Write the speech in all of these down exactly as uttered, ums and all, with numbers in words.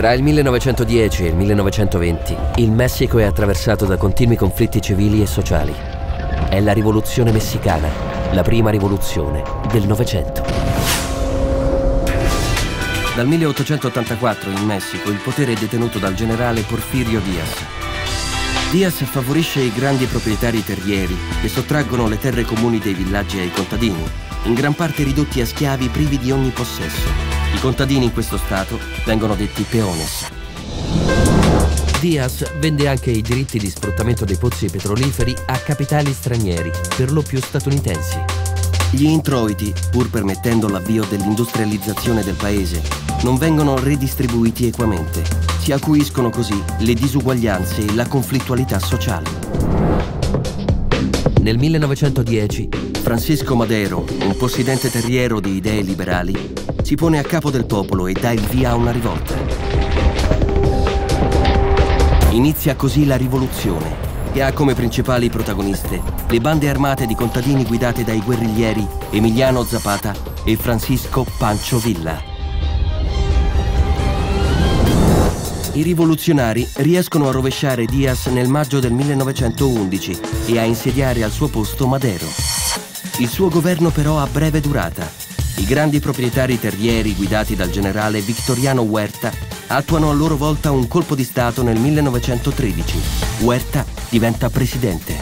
Tra il millenovecentodieci e il millenovecentoventi, il Messico è attraversato da continui conflitti civili e sociali. È la rivoluzione messicana, la prima rivoluzione del Novecento. Dal milleottocentottantaquattro in Messico il potere è detenuto dal generale Porfirio Díaz. Díaz favorisce i grandi proprietari terrieri che sottraggono le terre comuni dei villaggi ai contadini, in gran parte ridotti a schiavi privi di ogni possesso. I contadini in questo stato vengono detti peones. Díaz vende anche i diritti di sfruttamento dei pozzi petroliferi a capitali stranieri, per lo più statunitensi. Gli introiti, pur permettendo l'avvio dell'industrializzazione del paese, non vengono redistribuiti equamente. Si acuiscono così le disuguaglianze e la conflittualità sociale. Nel millenovecentodieci, Francisco Madero, un possidente terriero di idee liberali, si pone a capo del popolo e dà il via a una rivolta. Inizia così la rivoluzione, che ha come principali protagoniste le bande armate di contadini guidate dai guerriglieri Emiliano Zapata e Francisco Pancho Villa. I rivoluzionari riescono a rovesciare Díaz nel maggio del millenovecentoundici e a insediare al suo posto Madero. Il suo governo però ha breve durata. I grandi proprietari terrieri guidati dal generale Victoriano Huerta attuano a loro volta un colpo di stato nel millenovecentotredici. Huerta diventa presidente.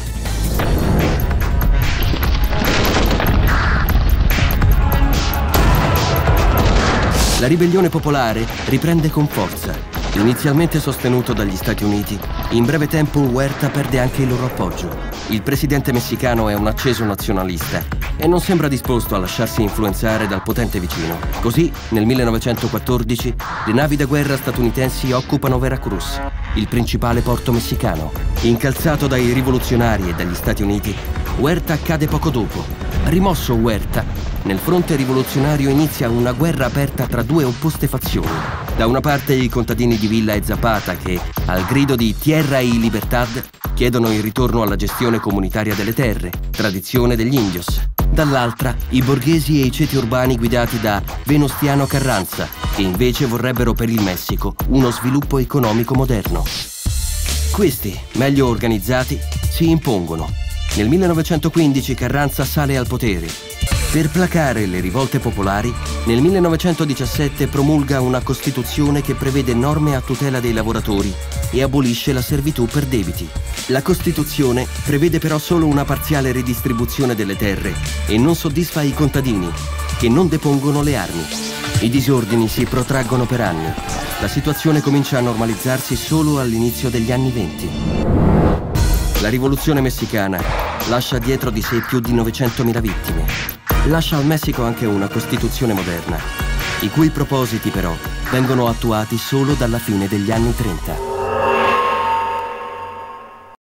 La ribellione popolare riprende con forza. Inizialmente sostenuto dagli Stati Uniti, in breve tempo Huerta perde anche il loro appoggio. Il presidente messicano è un acceso nazionalista e non sembra disposto a lasciarsi influenzare dal potente vicino. Così, nel millenovecentoquattordici, le navi da guerra statunitensi occupano Veracruz, il principale porto messicano. Incalzato dai rivoluzionari e dagli Stati Uniti, Huerta cade poco dopo. Rimosso Huerta, nel fronte rivoluzionario inizia una guerra aperta tra due opposte fazioni. Da una parte i contadini di Villa e Zapata che, al grido di Tierra y Libertad, chiedono il ritorno alla gestione comunitaria delle terre, tradizione degli indios. Dall'altra, i borghesi e i ceti urbani guidati da Venustiano Carranza, che invece vorrebbero per il Messico uno sviluppo economico moderno. Questi, meglio organizzati, si impongono. Nel millenovecentoquindici Carranza sale al potere. Per placare le rivolte popolari, nel millenovecentodiciassette promulga una Costituzione che prevede norme a tutela dei lavoratori e abolisce la servitù per debiti. La Costituzione prevede però solo una parziale ridistribuzione delle terre e non soddisfa i contadini, che non depongono le armi. I disordini si protraggono per anni. La situazione comincia a normalizzarsi solo all'inizio degli anni venti. La rivoluzione messicana lascia dietro di sé più di novecentomila vittime. Lascia al Messico anche una Costituzione moderna, i cui propositi però vengono attuati solo dalla fine degli anni trenta.